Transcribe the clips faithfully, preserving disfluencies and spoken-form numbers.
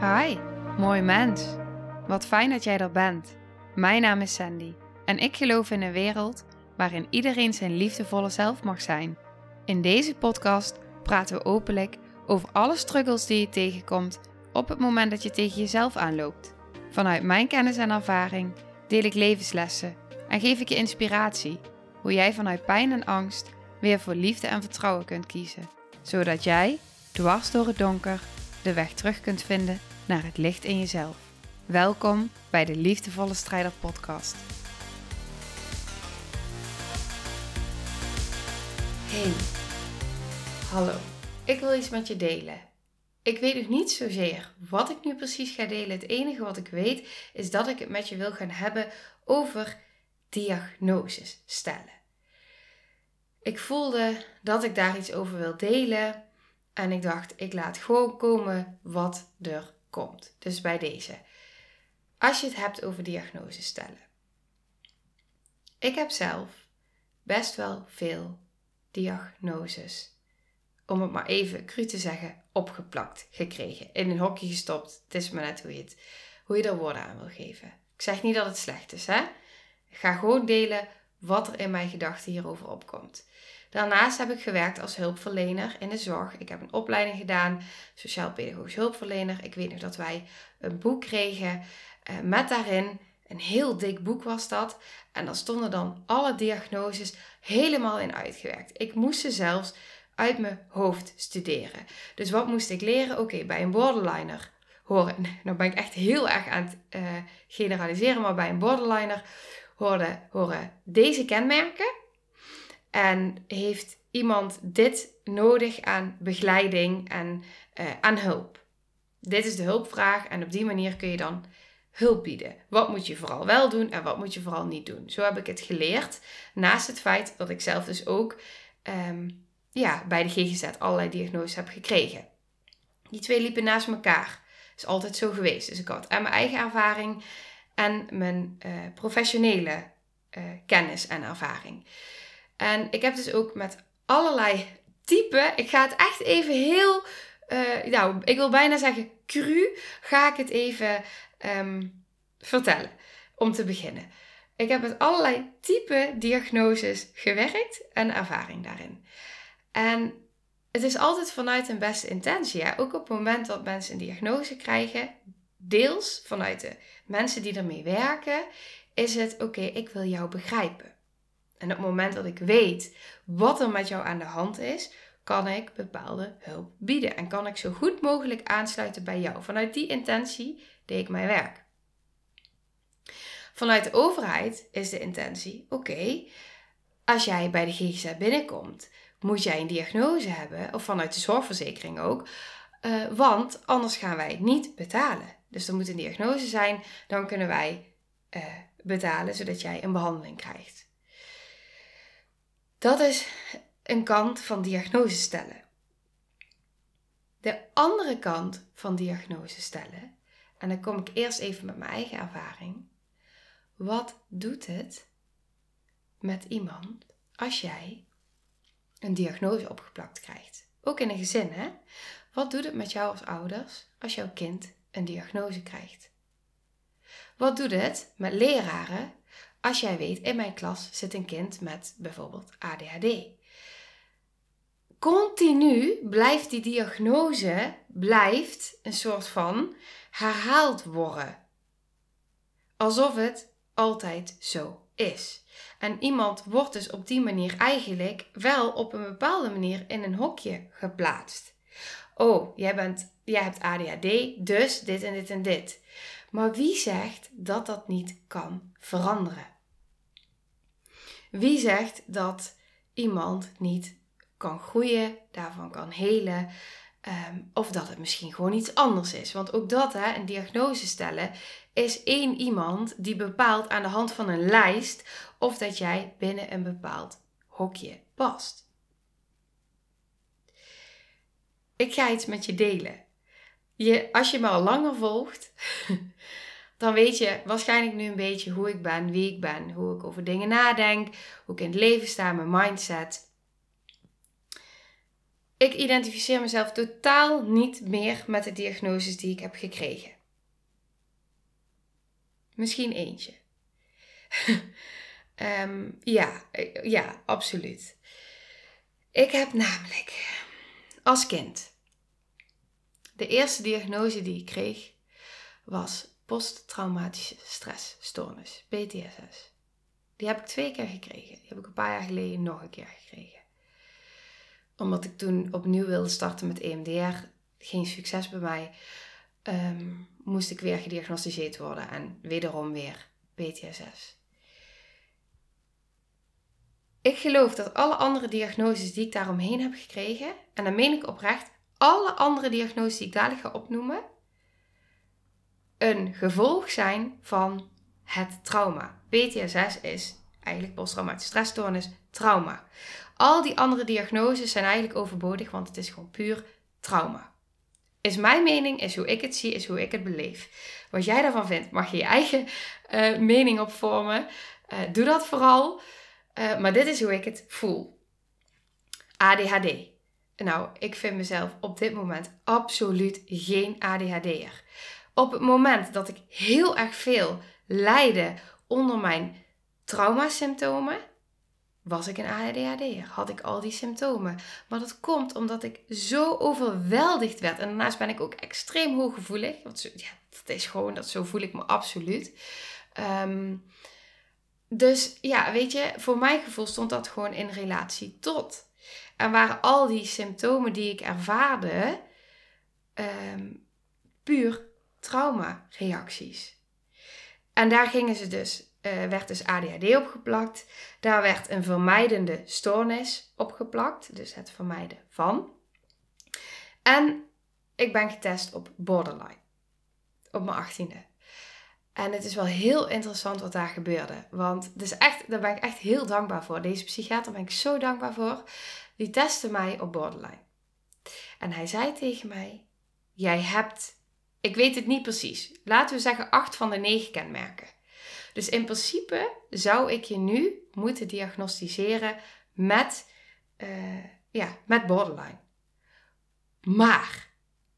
Hi, mooi mens. Wat fijn dat jij er bent. Mijn naam is Sandy en ik geloof in een wereld waarin iedereen zijn liefdevolle zelf mag zijn. In deze podcast praten we openlijk over alle struggles die je tegenkomt op het moment dat je tegen jezelf aanloopt. Vanuit mijn kennis en ervaring deel ik levenslessen en geef ik je inspiratie hoe jij vanuit pijn en angst weer voor liefde en vertrouwen kunt kiezen. Zodat jij, dwars door het donker, de weg terug kunt vinden naar het licht in jezelf. Welkom bij de Liefdevolle Strijder podcast. Hey, hallo. Ik wil iets met je delen. Ik weet nog niet zozeer wat ik nu precies ga delen. Het enige wat ik weet is dat ik het met je wil gaan hebben over diagnoses stellen. Ik voelde dat ik daar iets over wil delen en ik dacht, ik laat gewoon komen wat er komt. Dus bij deze. Als je het hebt over diagnoses stellen. Ik heb zelf best wel veel diagnoses, om het maar even cru te zeggen, opgeplakt gekregen. In een hokje gestopt. Het is maar net hoe je, het, hoe je er woorden aan wil geven. Ik zeg niet dat het slecht is, hè? Ik ga gewoon delen wat er in mijn gedachten hierover opkomt. Daarnaast heb ik gewerkt als hulpverlener in de zorg. Ik heb een opleiding gedaan, sociaal-pedagogisch hulpverlener. Ik weet nog dat wij een boek kregen uh, met daarin, een heel dik boek was dat. En daar stonden dan alle diagnoses helemaal in uitgewerkt. Ik moest ze zelfs uit mijn hoofd studeren. Dus wat moest ik leren? Oké, okay, bij een borderliner horen, nou ben ik echt heel erg aan het uh, generaliseren, maar bij een borderliner horen, horen deze kenmerken. En heeft iemand dit nodig aan begeleiding en uh, aan hulp? Dit is de hulpvraag en op die manier kun je dan hulp bieden. Wat moet je vooral wel doen en wat moet je vooral niet doen? Zo heb ik het geleerd. Naast het feit dat ik zelf dus ook um, ja, bij de G G Z allerlei diagnoses heb gekregen. Die twee liepen naast elkaar. Dat is altijd zo geweest. Dus ik had en mijn eigen ervaring en mijn uh, professionele uh, kennis en ervaring. En ik heb dus ook met allerlei typen, ik ga het echt even heel, uh, nou, ik wil bijna zeggen cru, ga ik het even um, vertellen, om te beginnen. Ik heb met allerlei type diagnoses gewerkt en ervaring daarin. En het is altijd vanuit een beste intentie. Ja? Ook op het moment dat mensen een diagnose krijgen, deels vanuit de mensen die ermee werken, is het oké, okay, ik wil jou begrijpen. En op het moment dat ik weet wat er met jou aan de hand is, kan ik bepaalde hulp bieden. En kan ik zo goed mogelijk aansluiten bij jou. Vanuit die intentie deed ik mijn werk. Vanuit de overheid is de intentie, oké, okay, als jij bij de G G Z binnenkomt, moet jij een diagnose hebben, of vanuit de zorgverzekering ook, uh, want anders gaan wij niet betalen. Dus er moet een diagnose zijn, dan kunnen wij uh, betalen, zodat jij een behandeling krijgt. Dat is een kant van diagnose stellen. De andere kant van diagnose stellen, en dan kom ik eerst even met mijn eigen ervaring. Wat doet het met iemand als jij een diagnose opgeplakt krijgt? Ook in een gezin, hè? Wat doet het met jou als ouders als jouw kind een diagnose krijgt? Wat doet het met leraren als jij weet, in mijn klas zit een kind met bijvoorbeeld A D H D. Continu blijft die diagnose blijft een soort van herhaald worden. Alsof het altijd zo is. En iemand wordt dus op die manier eigenlijk wel op een bepaalde manier in een hokje geplaatst. Oh, jij, bent, jij hebt A D H D, dus dit en dit en dit. Maar wie zegt dat dat niet kan veranderen? Wie zegt dat iemand niet kan groeien, daarvan kan helen, um, of dat het misschien gewoon iets anders is? Want ook dat, hè, een diagnose stellen, is één iemand die bepaalt aan de hand van een lijst of dat jij binnen een bepaald hokje past. Ik ga iets met je delen. Je, als je me al langer volgt, dan weet je waarschijnlijk nu een beetje hoe ik ben, wie ik ben, hoe ik over dingen nadenk, hoe ik in het leven sta, mijn mindset. Ik identificeer mezelf totaal niet meer met de diagnoses die ik heb gekregen. Misschien eentje. um, ja, ja, absoluut. Ik heb namelijk als kind de eerste diagnose die ik kreeg was posttraumatische stressstoornis, P T S S. Die heb ik twee keer gekregen. Die heb ik een paar jaar geleden nog een keer gekregen. Omdat ik toen opnieuw wilde starten met E M D R, geen succes bij mij, um, moest ik weer gediagnosticeerd worden en wederom weer P T S S. Ik geloof dat alle andere diagnoses die ik daaromheen heb gekregen, en dan meen ik oprecht, alle andere diagnoses die ik dadelijk ga opnoemen, een gevolg zijn van het trauma. P T S S is eigenlijk posttraumatische stressstoornis, trauma. Al die andere diagnoses zijn eigenlijk overbodig, want het is gewoon puur trauma. Is mijn mening, is hoe ik het zie, is hoe ik het beleef. Wat jij daarvan vindt, mag je je eigen uh, mening op vormen. Uh, doe dat vooral. Uh, maar dit is hoe ik het voel. A D H D. Nou, ik vind mezelf op dit moment absoluut geen A D H D'er. Op het moment dat ik heel erg veel lijde onder mijn traumasymptomen, was ik een A D H D'er. Had ik al die symptomen. Maar dat komt omdat ik zo overweldigd werd. En daarnaast ben ik ook extreem hooggevoelig. Want zo, ja, dat is gewoon, dat, zo voel ik me absoluut. Um, dus ja, weet je, voor mijn gevoel stond dat gewoon in relatie tot. En waren al die symptomen die ik ervaarde um, puur traumareacties. En daar gingen ze dus, uh, werd dus A D H D opgeplakt. Daar werd een vermijdende stoornis opgeplakt. Dus het vermijden van. En ik ben getest op borderline. Op mijn achttiende. En het is wel heel interessant wat daar gebeurde. Want het is echt, daar ben ik echt heel dankbaar voor. Deze psychiater ben ik zo dankbaar voor. Die testte mij op borderline. En hij zei tegen mij, jij hebt, ik weet het niet precies, laten we zeggen acht van de negen kenmerken. Dus in principe zou ik je nu moeten diagnosticeren met, uh, ja, met borderline. Maar,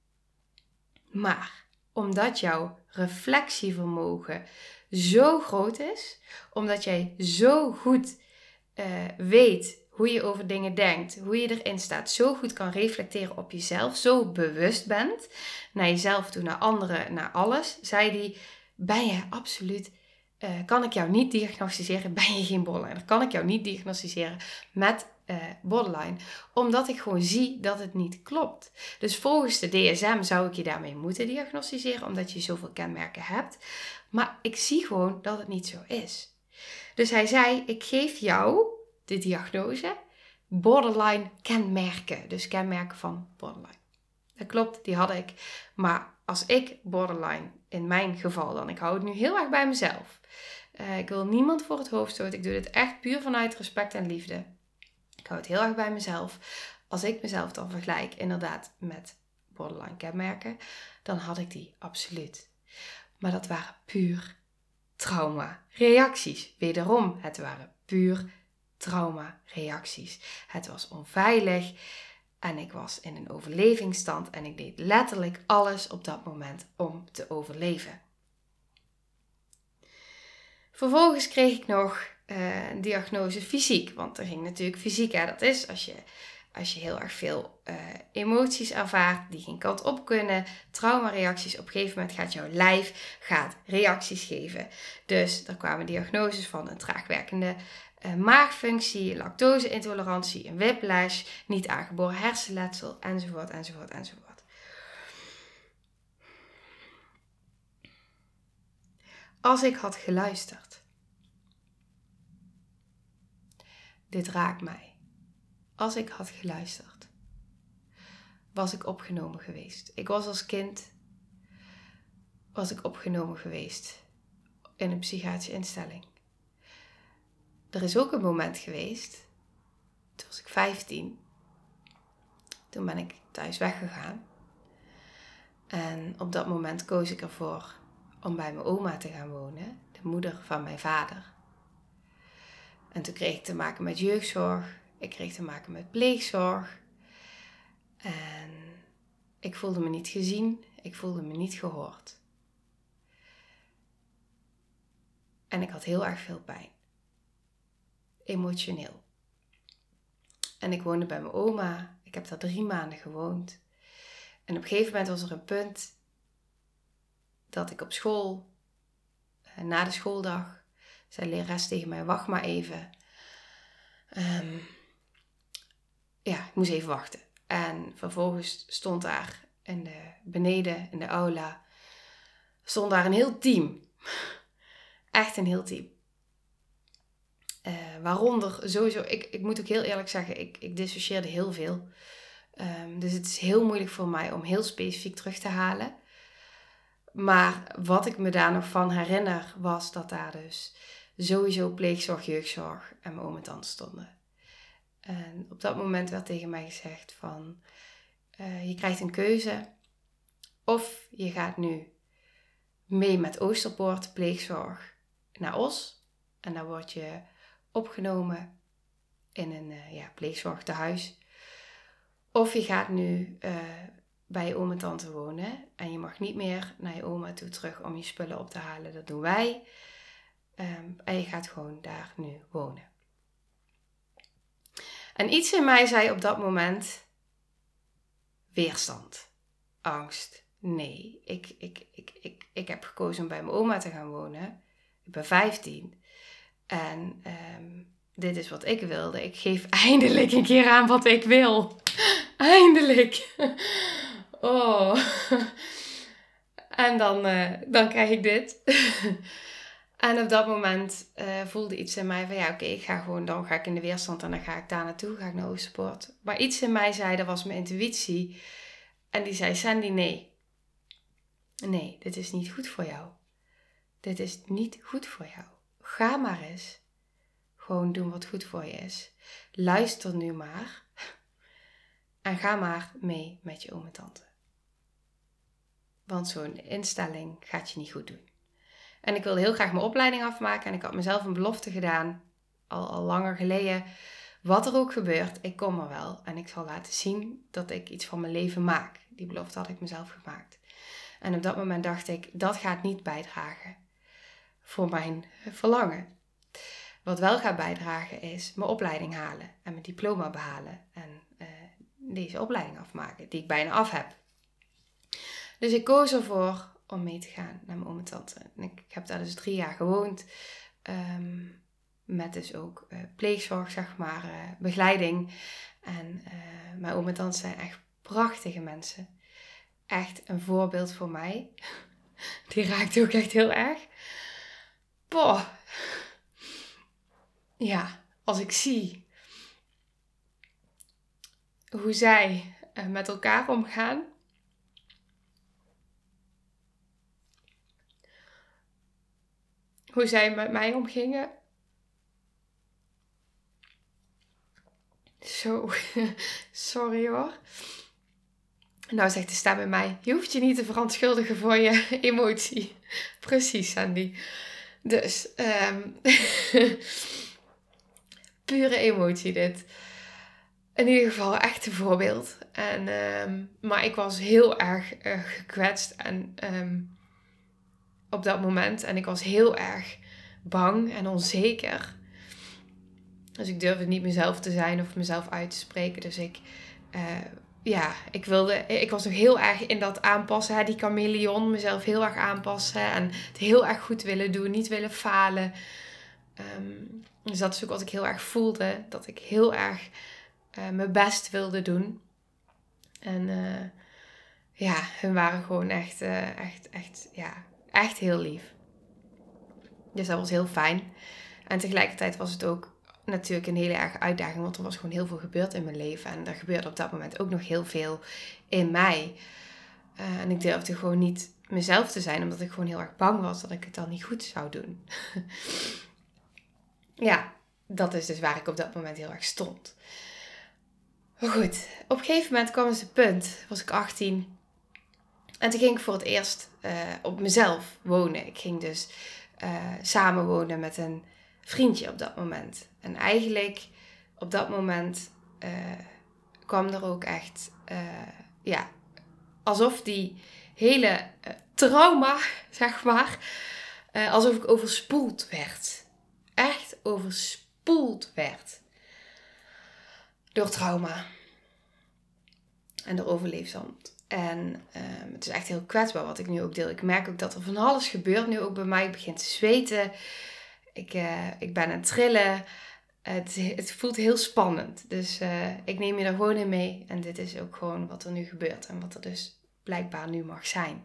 maar, omdat jouw reflectievermogen zo groot is, omdat jij zo goed uh, weet hoe je over dingen denkt, hoe je erin staat, zo goed kan reflecteren op jezelf, zo bewust bent, naar jezelf toe, naar anderen, naar alles, zei die, ben je absoluut, uh, kan ik jou niet diagnosticeren, ben je geen borderline, kan ik jou niet diagnosticeren met uh, borderline, omdat ik gewoon zie dat het niet klopt. Dus volgens de D S M zou ik je daarmee moeten diagnosticeren, omdat je zoveel kenmerken hebt, maar ik zie gewoon dat het niet zo is. Dus hij zei, ik geef jou de diagnose borderline kenmerken. Dus kenmerken van borderline. Dat klopt, die had ik. Maar als ik borderline, in mijn geval dan, ik hou het nu heel erg bij mezelf. Uh, ik wil niemand voor het hoofd stoten. Ik doe dit echt puur vanuit respect en liefde. Ik hou het heel erg bij mezelf. Als ik mezelf dan vergelijk inderdaad met borderline kenmerken, dan had ik die absoluut. Maar dat waren puur trauma-reacties. Wederom, het waren puur trauma-reacties. Het was onveilig en ik was in een overlevingsstand en ik deed letterlijk alles op dat moment om te overleven. Vervolgens kreeg ik nog uh, een diagnose fysiek, want er ging natuurlijk fysiek, hè, dat is als je, als je heel erg veel uh, emoties ervaart die geen kant op kunnen, traumareacties, op een gegeven moment gaat jouw lijf gaat reacties geven. Dus er kwamen diagnoses van een traagwerkende uh, maagfunctie, lactose-intolerantie, een whiplash, niet aangeboren hersenletsel, enzovoort, enzovoort, enzovoort. Als ik had geluisterd. Dit raakt mij. Als ik had geluisterd, was ik opgenomen geweest. Ik was als kind, was ik opgenomen geweest in een psychiatrische instelling. Er is ook een moment geweest, toen was ik vijftien. Toen ben ik thuis weggegaan. En op dat moment koos ik ervoor om bij mijn oma te gaan wonen, de moeder van mijn vader. En toen kreeg ik te maken met jeugdzorg, ik kreeg te maken met pleegzorg. En ik voelde me niet gezien. Ik voelde me niet gehoord. En ik had heel erg veel pijn. Emotioneel. En ik woonde bij mijn oma. Ik heb daar drie maanden gewoond. En op een gegeven moment was er een punt dat ik op school, na de schooldag, zei de lerares tegen mij, wacht maar even. Um, ja, ik moest even wachten. En vervolgens stond daar in de, beneden in de aula, stond daar een heel team. Echt een heel team. Uh, waaronder sowieso, ik, ik moet ook heel eerlijk zeggen, ik, ik dissocieerde heel veel. Um, dus het is heel moeilijk voor mij om heel specifiek terug te halen. Maar wat ik me daar nog van herinner, was dat daar dus sowieso pleegzorg, jeugdzorg en mijn oom en tante stonden. En op dat moment werd tegen mij gezegd van, uh, je krijgt een keuze. Of je gaat nu mee met Oosterpoort, pleegzorg, naar Os. En dan word je opgenomen in een uh, ja, pleegzorgtehuis. Of je gaat nu uh, bij je oom en tante wonen. En je mag niet meer naar je oma toe terug om je spullen op te halen. Dat doen wij. Um, en je gaat gewoon daar nu wonen. En iets in mij zei op dat moment, weerstand, angst. Nee, ik, ik, ik, ik, ik heb gekozen om bij mijn oma te gaan wonen. Ik ben vijftien. En um, dit is wat ik wilde. Ik geef eindelijk een keer aan wat ik wil. Eindelijk. Oh. En dan, uh, dan krijg ik dit. En op dat moment uh, voelde iets in mij van ja, oké, okay, ik ga gewoon, dan ga ik in de weerstand en dan ga ik daar naartoe, ga ik naar Oosterpoort. Maar iets in mij zei, dat was mijn intuïtie. En die zei, Sandy, nee. Nee, dit is niet goed voor jou. Dit is niet goed voor jou. Ga maar eens. Gewoon doen wat goed voor je is. Luister nu maar. En ga maar mee met je oom en tante. Want zo'n instelling gaat je niet goed doen. En ik wilde heel graag mijn opleiding afmaken. En ik had mezelf een belofte gedaan. Al, al langer geleden. Wat er ook gebeurt, ik kom er wel. En ik zal laten zien dat ik iets van mijn leven maak. Die belofte had ik mezelf gemaakt. En op dat moment dacht ik, dat gaat niet bijdragen voor mijn verlangen. Wat wel gaat bijdragen is mijn opleiding halen. En mijn diploma behalen. En uh, deze opleiding afmaken, die ik bijna af heb. Dus ik koos ervoor om mee te gaan naar mijn oom en tante. En ik, ik heb daar dus drie jaar gewoond. Um, met dus ook uh, pleegzorg, zeg maar, uh, begeleiding. En uh, mijn oom en tante zijn echt prachtige mensen. Echt een voorbeeld voor mij. Die raakt ook echt heel erg. Boah. Ja, als ik zie hoe zij uh, met elkaar omgaan. Hoe zij met mij omgingen. Zo, sorry hoor. Nou zegt de stem in mij, je hoeft je niet te verontschuldigen voor je emotie. Precies, Sandy. Dus, um, pure emotie dit. In ieder geval echt een voorbeeld. En, um, maar ik was heel erg uh, gekwetst en, um, op dat moment. En ik was heel erg bang en onzeker. Dus ik durfde niet mezelf te zijn of mezelf uit te spreken. Dus ik, uh, ja, ik wilde, ik was nog heel erg in dat aanpassen. Hè, die chameleon, mezelf heel erg aanpassen. En het heel erg goed willen doen, niet willen falen. Um, dus dat is ook wat ik heel erg voelde. Dat ik heel erg uh, mijn best wilde doen. En uh, ja, hun waren gewoon echt, uh, echt, echt, ja, echt heel lief. Dus dat was heel fijn. En tegelijkertijd was het ook natuurlijk een hele erge uitdaging, want er was gewoon heel veel gebeurd in mijn leven. En er gebeurde op dat moment ook nog heel veel in mij. Uh, en ik durfde gewoon niet mezelf te zijn, omdat ik gewoon heel erg bang was dat ik het dan niet goed zou doen. Ja, dat is dus waar ik op dat moment heel erg stond. Maar goed, op een gegeven moment kwam dus het punt, was ik achttien. En toen ging ik voor het eerst uh, op mezelf wonen. Ik ging dus uh, samen wonen met een vriendje op dat moment. En eigenlijk op dat moment uh, kwam er ook echt uh, ja, alsof die hele uh, trauma, zeg maar, uh, alsof ik overspoeld werd. Echt overspoeld werd. Door trauma. En door overleefstand. En uh, het is echt heel kwetsbaar wat ik nu ook deel. Ik merk ook dat er van alles gebeurt nu ook bij mij. Ik begin te zweten. Ik, uh, ik ben aan het trillen. Uh, het, het voelt heel spannend. Dus uh, ik neem je er gewoon in mee. En dit is ook gewoon wat er nu gebeurt. En wat er dus blijkbaar nu mag zijn.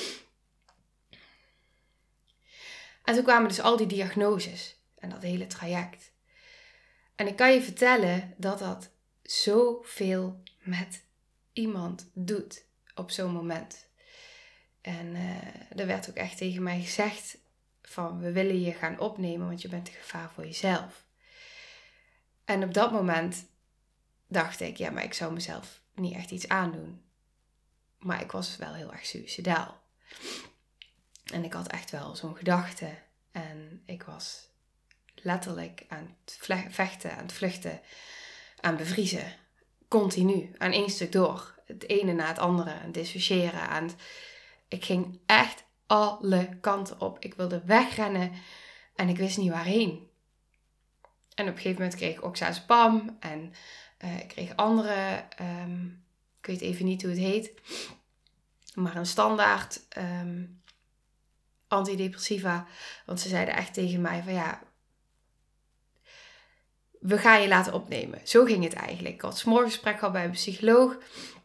En toen kwamen dus al die diagnoses. En dat hele traject. En ik kan je vertellen dat dat zoveel met iemand doet op zo'n moment. En uh, er werd ook echt tegen mij gezegd van we willen je gaan opnemen, want je bent een gevaar voor jezelf. En op dat moment dacht ik, ja, maar ik zou mezelf niet echt iets aandoen. Maar ik was wel heel erg suïcidaal. En ik had echt wel zo'n gedachte. En ik was letterlijk aan het vechten, aan het vluchten, aan het bevriezen. Continu, aan één stuk door. Het ene na het andere, aan het dissociëren. Aan het... Ik ging echt alle kanten op. Ik wilde wegrennen en ik wist niet waarheen. En op een gegeven moment kreeg ik oxazepam en uh, ik kreeg andere, um, ik weet even niet hoe het heet, maar een standaard um, antidepressiva. Want ze zeiden echt tegen mij van ja, we gaan je laten opnemen. Zo ging het eigenlijk. Ik had 's morgens gesprek gehad bij een psycholoog.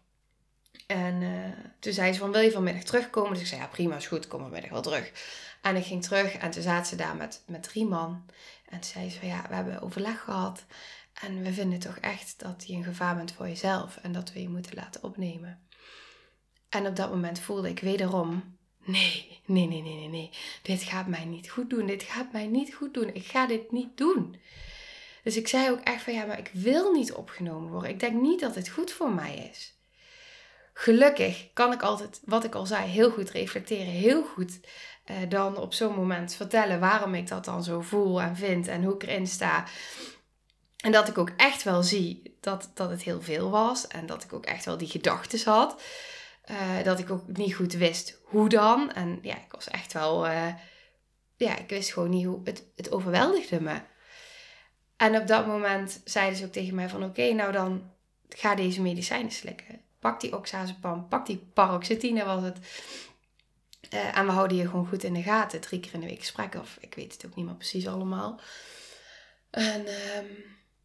En uh, toen zei ze van, wil je vanmiddag terugkomen? Dus ik zei, ja prima, is goed, ik kom vanmiddag wel terug. En ik ging terug en toen zaten ze daar met, met drie man. En toen zei ze van, ja, we hebben overleg gehad. En we vinden toch echt dat je een gevaar bent voor jezelf. En dat we je moeten laten opnemen. En op dat moment voelde ik wederom, nee, nee, nee, nee, nee, nee. Dit gaat mij niet goed doen. Dit gaat mij niet goed doen. Ik ga dit niet doen. Dus ik zei ook echt van, ja, maar ik wil niet opgenomen worden. Ik denk niet dat het goed voor mij is. Gelukkig kan ik altijd, wat ik al zei, heel goed reflecteren. Heel goed uh, dan op zo'n moment vertellen waarom ik dat dan zo voel en vind. En hoe ik erin sta. En dat ik ook echt wel zie dat, dat het heel veel was. En dat ik ook echt wel die gedachten had. Uh, dat ik ook niet goed wist hoe dan. En ja, ik was echt wel... Uh, ja, ik wist gewoon niet hoe... Het, het overweldigde me. En op dat moment zeiden ze ook tegen mij van... Oké, okay, nou dan ga deze medicijnen slikken. Pak die oxazepam, pak die paroxetine was het. Uh, en we houden je gewoon goed in de gaten. Drie keer in de week gesprekken. Of ik weet het ook niet meer precies allemaal. En um,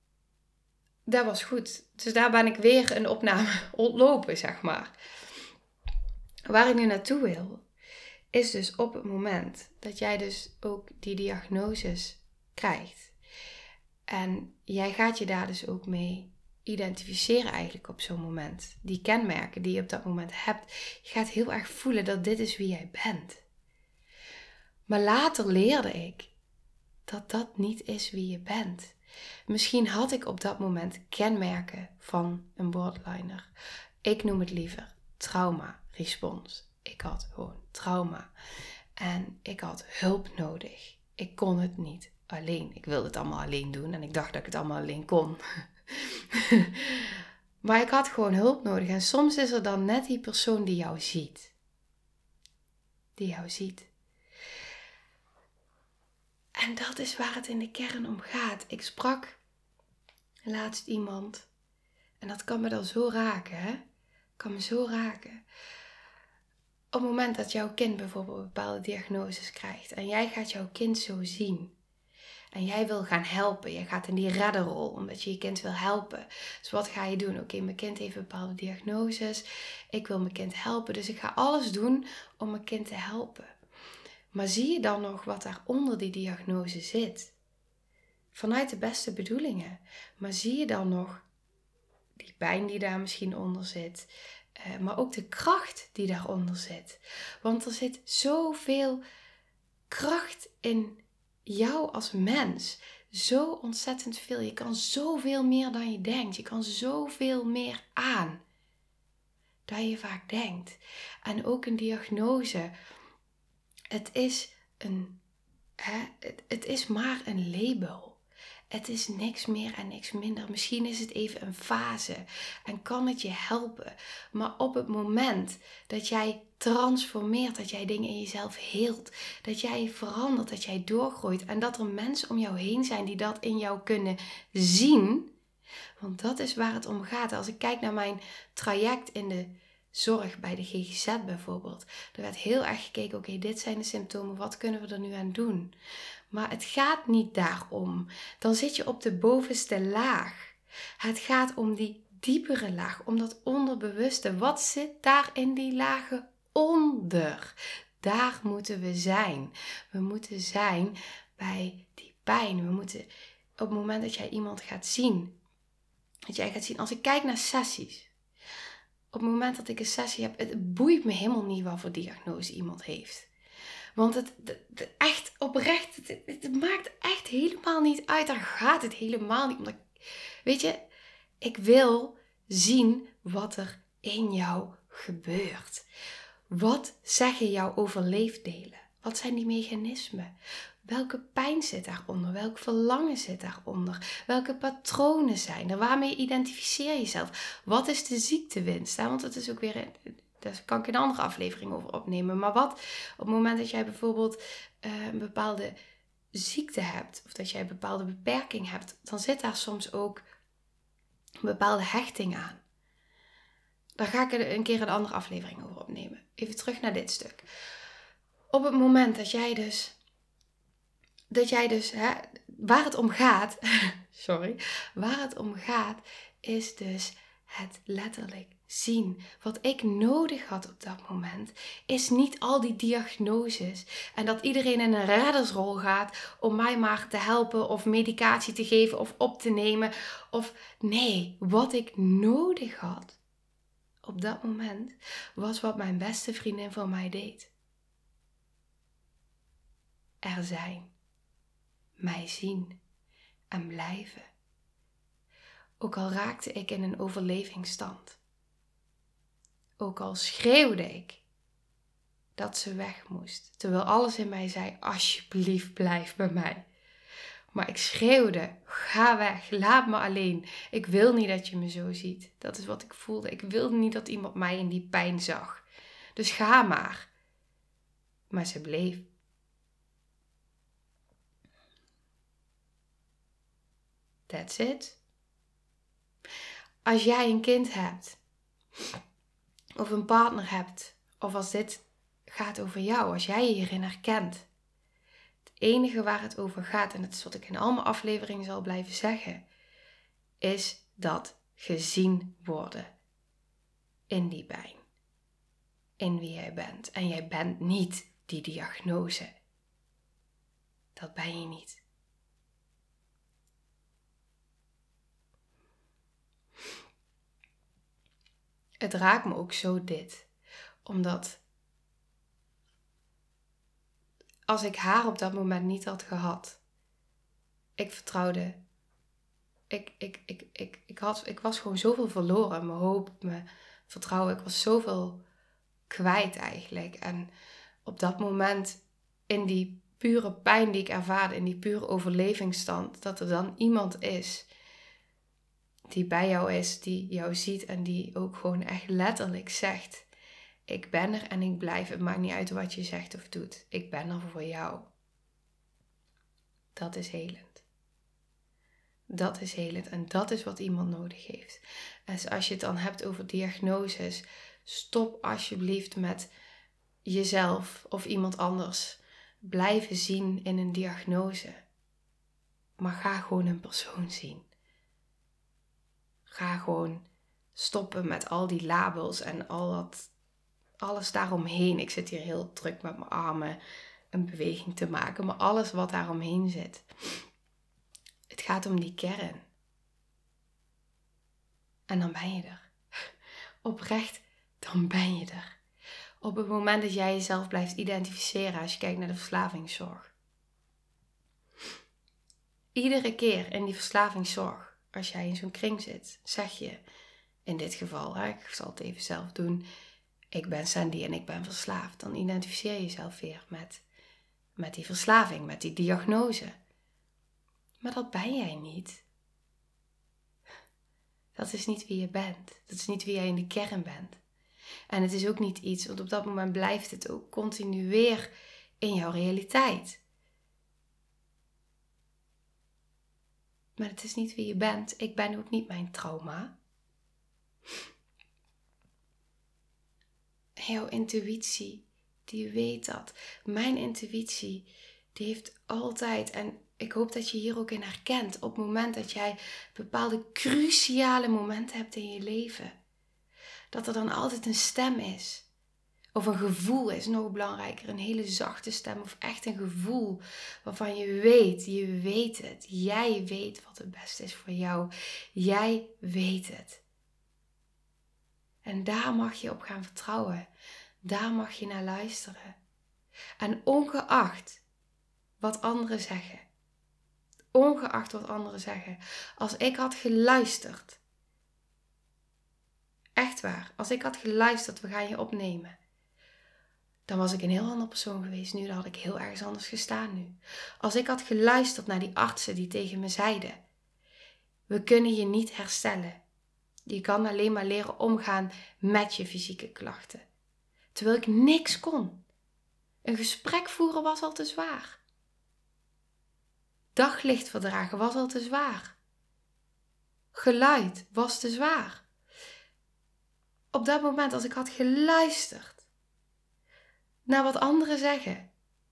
dat was goed. Dus daar ben ik weer een opname ontlopen, zeg maar. Waar ik nu naartoe wil, is dus op het moment dat jij dus ook die diagnoses krijgt. En jij gaat je daar dus ook mee identificeren eigenlijk op zo'n moment. Die kenmerken die je op dat moment hebt. Je gaat heel erg voelen dat dit is wie jij bent. Maar later leerde ik dat dat niet is wie je bent. Misschien had ik op dat moment kenmerken van een borderliner. Ik noem het liever trauma respons. Ik had gewoon trauma. En ik had hulp nodig. Ik kon het niet alleen. Ik wilde het allemaal alleen doen. En ik dacht dat ik het allemaal alleen kon. Maar ik had gewoon hulp nodig. En soms is er dan net die persoon die jou ziet. Die jou ziet. En dat is waar het in de kern om gaat. Ik sprak laatst iemand. En dat kan me dan zo raken, hè. Kan me zo raken. Op het moment dat jouw kind bijvoorbeeld bepaalde diagnoses krijgt. En jij gaat jouw kind zo zien. En jij wil gaan helpen. Je gaat in die redderrol. Omdat je je kind wil helpen. Dus wat ga je doen? Oké, okay, mijn kind heeft bepaalde diagnoses. Ik wil mijn kind helpen. Dus ik ga alles doen om mijn kind te helpen. Maar zie je dan nog wat daar onder die diagnose zit? Vanuit de beste bedoelingen. Maar zie je dan nog die pijn die daar misschien onder zit? Uh, maar ook de kracht die daaronder zit. Want er zit zoveel kracht in jou als mens. Zo ontzettend veel. Je kan zoveel meer dan je denkt. Je kan zoveel meer aan dan je vaak denkt. En ook een diagnose. Het is een, hè, het, het is maar een label. Het is niks meer en niks minder. Misschien is het even een fase en kan het je helpen. Maar op het moment dat jij transformeert, dat jij dingen in jezelf heelt, dat jij verandert, dat jij doorgroeit en dat er mensen om jou heen zijn die dat in jou kunnen zien. Want dat is waar het om gaat. Als ik kijk naar mijn traject in de zorg bij de G G Z bijvoorbeeld. Er werd heel erg gekeken, oké, okay, dit zijn de symptomen, wat kunnen we er nu aan doen? Maar het gaat niet daarom. Dan zit je op de bovenste laag. Het gaat om die diepere laag, om dat onderbewuste. Wat zit daar in die lagen onder? Daar moeten we zijn. We moeten zijn bij die pijn. We moeten op het moment dat jij iemand gaat zien, dat jij gaat zien, als ik kijk naar sessies. Op het moment dat ik een sessie heb, het boeit me helemaal niet wat voor diagnose iemand heeft. Want het, het, het echt oprecht, het, het maakt echt helemaal niet uit. Daar gaat het helemaal niet om. Weet je, ik wil zien wat er in jou gebeurt. Wat zeggen jouw overleefdelen? Wat zijn die mechanismen? Welke pijn zit daaronder? Welk verlangen zit daaronder? Welke patronen zijn er? Waarmee identificeer je jezelf? Wat is de ziektewinst? Want het is ook weer, daar kan ik een andere aflevering over opnemen. Maar wat op het moment dat jij bijvoorbeeld uh, een bepaalde ziekte hebt, of dat jij een bepaalde beperking hebt, dan zit daar soms ook een bepaalde hechting aan. Daar ga ik een keer een andere aflevering over opnemen. Even terug naar dit stuk. Op het moment dat jij dus, dat jij dus, hè, waar het om gaat, sorry, waar het om gaat, is dus het letterlijk zien. Wat ik nodig had op dat moment, is niet al die diagnoses en dat iedereen in een reddersrol gaat om mij maar te helpen of medicatie te geven of op te nemen. Of nee, wat ik nodig had op dat moment was wat mijn beste vriendin voor mij deed. Er zijn, mij zien en blijven. Ook al raakte ik in een overlevingsstand. Ook al schreeuwde ik dat ze weg moest. Terwijl alles in mij zei, alsjeblieft blijf bij mij. Maar ik schreeuwde, ga weg, laat me alleen. Ik wil niet dat je me zo ziet. Dat is wat ik voelde. Ik wilde niet dat iemand mij in die pijn zag. Dus ga maar. Maar ze bleef. That's it. Als jij een kind hebt, of een partner hebt, of als dit gaat over jou, als jij je hierin herkent. Het enige waar het over gaat, en dat is wat ik in al mijn afleveringen zal blijven zeggen, is dat gezien worden in die pijn. In wie jij bent. En jij bent niet die diagnose. Dat ben je niet. Het raakt me ook zo dit. Omdat als ik haar op dat moment niet had gehad. Ik vertrouwde. Ik, ik, ik, ik, ik, had, ik was gewoon zoveel verloren. Mijn hoop, mijn vertrouwen. Ik was zoveel kwijt eigenlijk. En op dat moment in die pure pijn die ik ervaarde. In die pure overlevingsstand. Dat er dan iemand is die bij jou is. Die jou ziet en die ook gewoon echt letterlijk zegt. Ik ben er en ik blijf. Het maakt niet uit wat je zegt of doet. Ik ben er voor jou. Dat is helend. Dat is helend en dat is wat iemand nodig heeft. En als je het dan hebt over diagnoses, stop alsjeblieft met jezelf of iemand anders blijven zien in een diagnose. Maar ga gewoon een persoon zien. Ga gewoon stoppen met al die labels en al dat, alles daaromheen. Ik zit hier heel druk met mijn armen een beweging te maken, maar alles wat daaromheen zit. Het gaat om die kern. En dan ben je er. Oprecht, dan ben je er. Op het moment dat jij jezelf blijft identificeren als je kijkt naar de verslavingszorg. Iedere keer in die verslavingszorg, als jij in zo'n kring zit, zeg je in dit geval, hè, ik zal het even zelf doen, ik ben Sandy en ik ben verslaafd. Dan identificeer je jezelf weer met, met die verslaving, met die diagnose. Maar dat ben jij niet. Dat is niet wie je bent. Dat is niet wie jij in de kern bent. En het is ook niet iets, want op dat moment blijft het ook continu weer in jouw realiteit. Maar het is niet wie je bent. Ik ben ook niet mijn trauma. En jouw intuïtie, die weet dat. Mijn intuïtie, die heeft altijd, en ik hoop dat je hier ook in herkent, op het moment dat jij bepaalde cruciale momenten hebt in je leven, dat er dan altijd een stem is. Of een gevoel is nog belangrijker. Een hele zachte stem of echt een gevoel waarvan je weet, je weet het. Jij weet wat het beste is voor jou. Jij weet het. En daar mag je op gaan vertrouwen. Daar mag je naar luisteren. En ongeacht wat anderen zeggen. Ongeacht wat anderen zeggen. Als ik had geluisterd. Echt waar. Als ik had geluisterd, we gaan je opnemen. Dan was ik een heel ander persoon geweest nu. Dan had ik heel ergens anders gestaan nu. Als ik had geluisterd naar die artsen die tegen me zeiden. We kunnen je niet herstellen. Je kan alleen maar leren omgaan met je fysieke klachten. Terwijl ik niks kon. Een gesprek voeren was al te zwaar. Daglicht verdragen was al te zwaar. Geluid was te zwaar. Op dat moment, als ik had geluisterd naar wat anderen zeggen,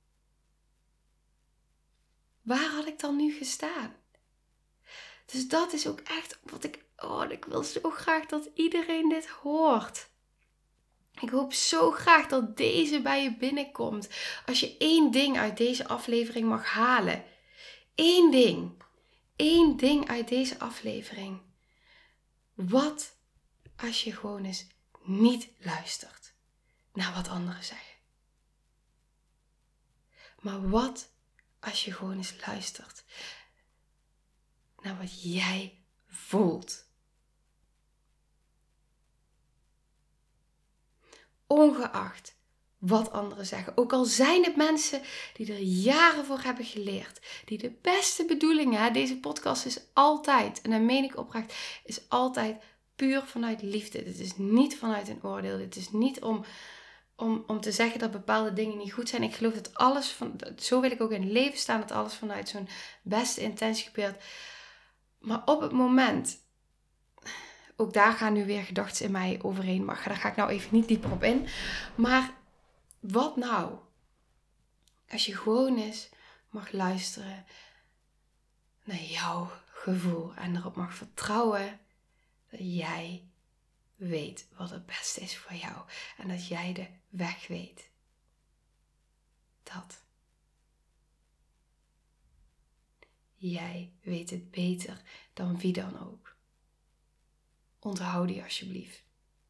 waar had ik dan nu gestaan? Dus dat is ook echt wat ik... Oh, ik wil zo graag dat iedereen dit hoort. Ik hoop zo graag dat deze bij je binnenkomt. Als je één ding uit deze aflevering mag halen. Eén ding. Eén ding uit deze aflevering. Wat als je gewoon eens niet luistert naar wat anderen zeggen? Maar wat als je gewoon eens luistert naar wat jij voelt? Ongeacht wat anderen zeggen. Ook al zijn het mensen die er jaren voor hebben geleerd. Die de beste bedoelingen, hè, deze podcast is altijd, en dat meen ik oprecht, is altijd puur vanuit liefde. Dit is niet vanuit een oordeel. Dit is niet om, om, om te zeggen dat bepaalde dingen niet goed zijn. Ik geloof dat alles, van, zo wil ik ook in het leven staan, dat alles vanuit zo'n beste intentie gebeurt. Maar op het moment... Ook daar gaan nu weer gedachten in mij overheen. Maar daar ga ik nou even niet dieper op in. Maar wat nou? Als je gewoon eens mag luisteren naar jouw gevoel. En erop mag vertrouwen dat jij weet wat het beste is voor jou. En dat jij de weg weet. Dat. Jij weet het beter dan wie dan ook. Onthoud die alsjeblieft.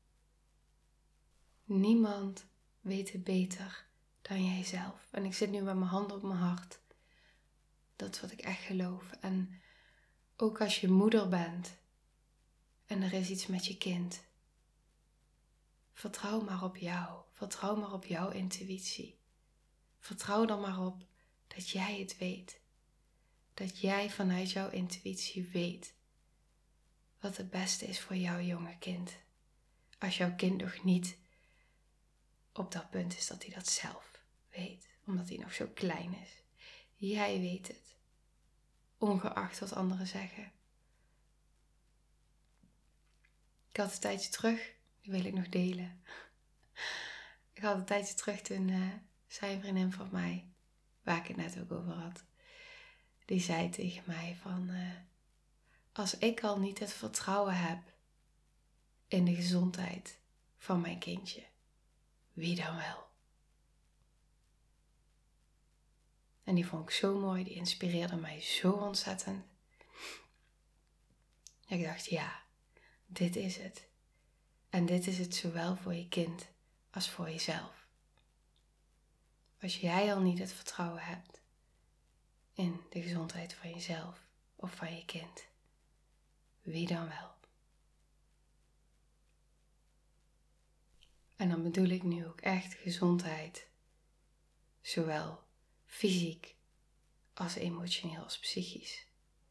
Niemand weet het beter dan jijzelf. En ik zit nu met mijn handen op mijn hart. Dat is wat ik echt geloof. En ook als je moeder bent en er is iets met je kind. Vertrouw maar op jou. Vertrouw maar op jouw intuïtie. Vertrouw er maar op dat jij het weet. Dat jij vanuit jouw intuïtie weet wat het beste is voor jouw jonge kind. Als jouw kind nog niet op dat punt is dat hij dat zelf weet. Omdat hij nog zo klein is. Jij weet het. Ongeacht wat anderen zeggen. Ik had een tijdje terug, die wil ik nog delen. Ik had een tijdje terug toen uh, zei een vriendin van mij, waar ik het net ook over had. Die zei tegen mij van, uh, als ik al niet het vertrouwen heb in de gezondheid van mijn kindje, wie dan wel? En die vond ik zo mooi, die inspireerde mij zo ontzettend. Ik dacht, ja, dit is het. En dit is het zowel voor je kind als voor jezelf. Als jij al niet het vertrouwen hebt in de gezondheid van jezelf of van je kind, wie dan wel? En dan bedoel ik nu ook echt gezondheid. Zowel fysiek als emotioneel als psychisch.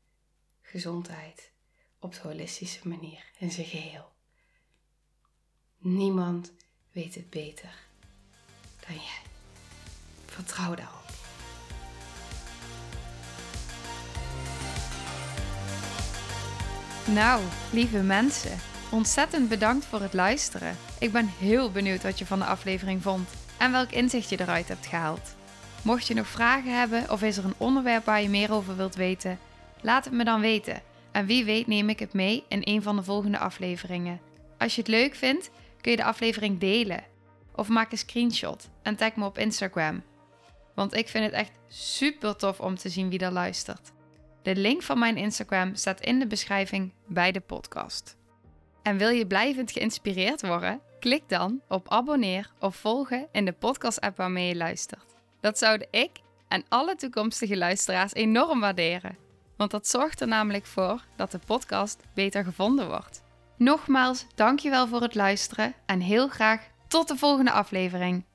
gezondheid op de holistische manier in zijn geheel. Niemand weet het beter dan jij. Vertrouw daarop. Nou, lieve mensen, ontzettend bedankt voor het luisteren. Ik ben heel benieuwd wat je van de aflevering vond en welk inzicht je eruit hebt gehaald. Mocht je nog vragen hebben of is er een onderwerp waar je meer over wilt weten, laat het me dan weten. En wie weet neem ik het mee in een van de volgende afleveringen. Als je het leuk vindt, kun je de aflevering delen. Of maak een screenshot en tag me op Instagram. Want ik vind het echt super tof om te zien wie er luistert. De link van mijn Instagram staat in de beschrijving bij de podcast. En wil je blijvend geïnspireerd worden? Klik dan op abonneer of volgen in de podcast-app waarmee je luistert. Dat zouden ik en alle toekomstige luisteraars enorm waarderen. Want dat zorgt er namelijk voor dat de podcast beter gevonden wordt. Nogmaals, dankjewel voor het luisteren en heel graag tot de volgende aflevering.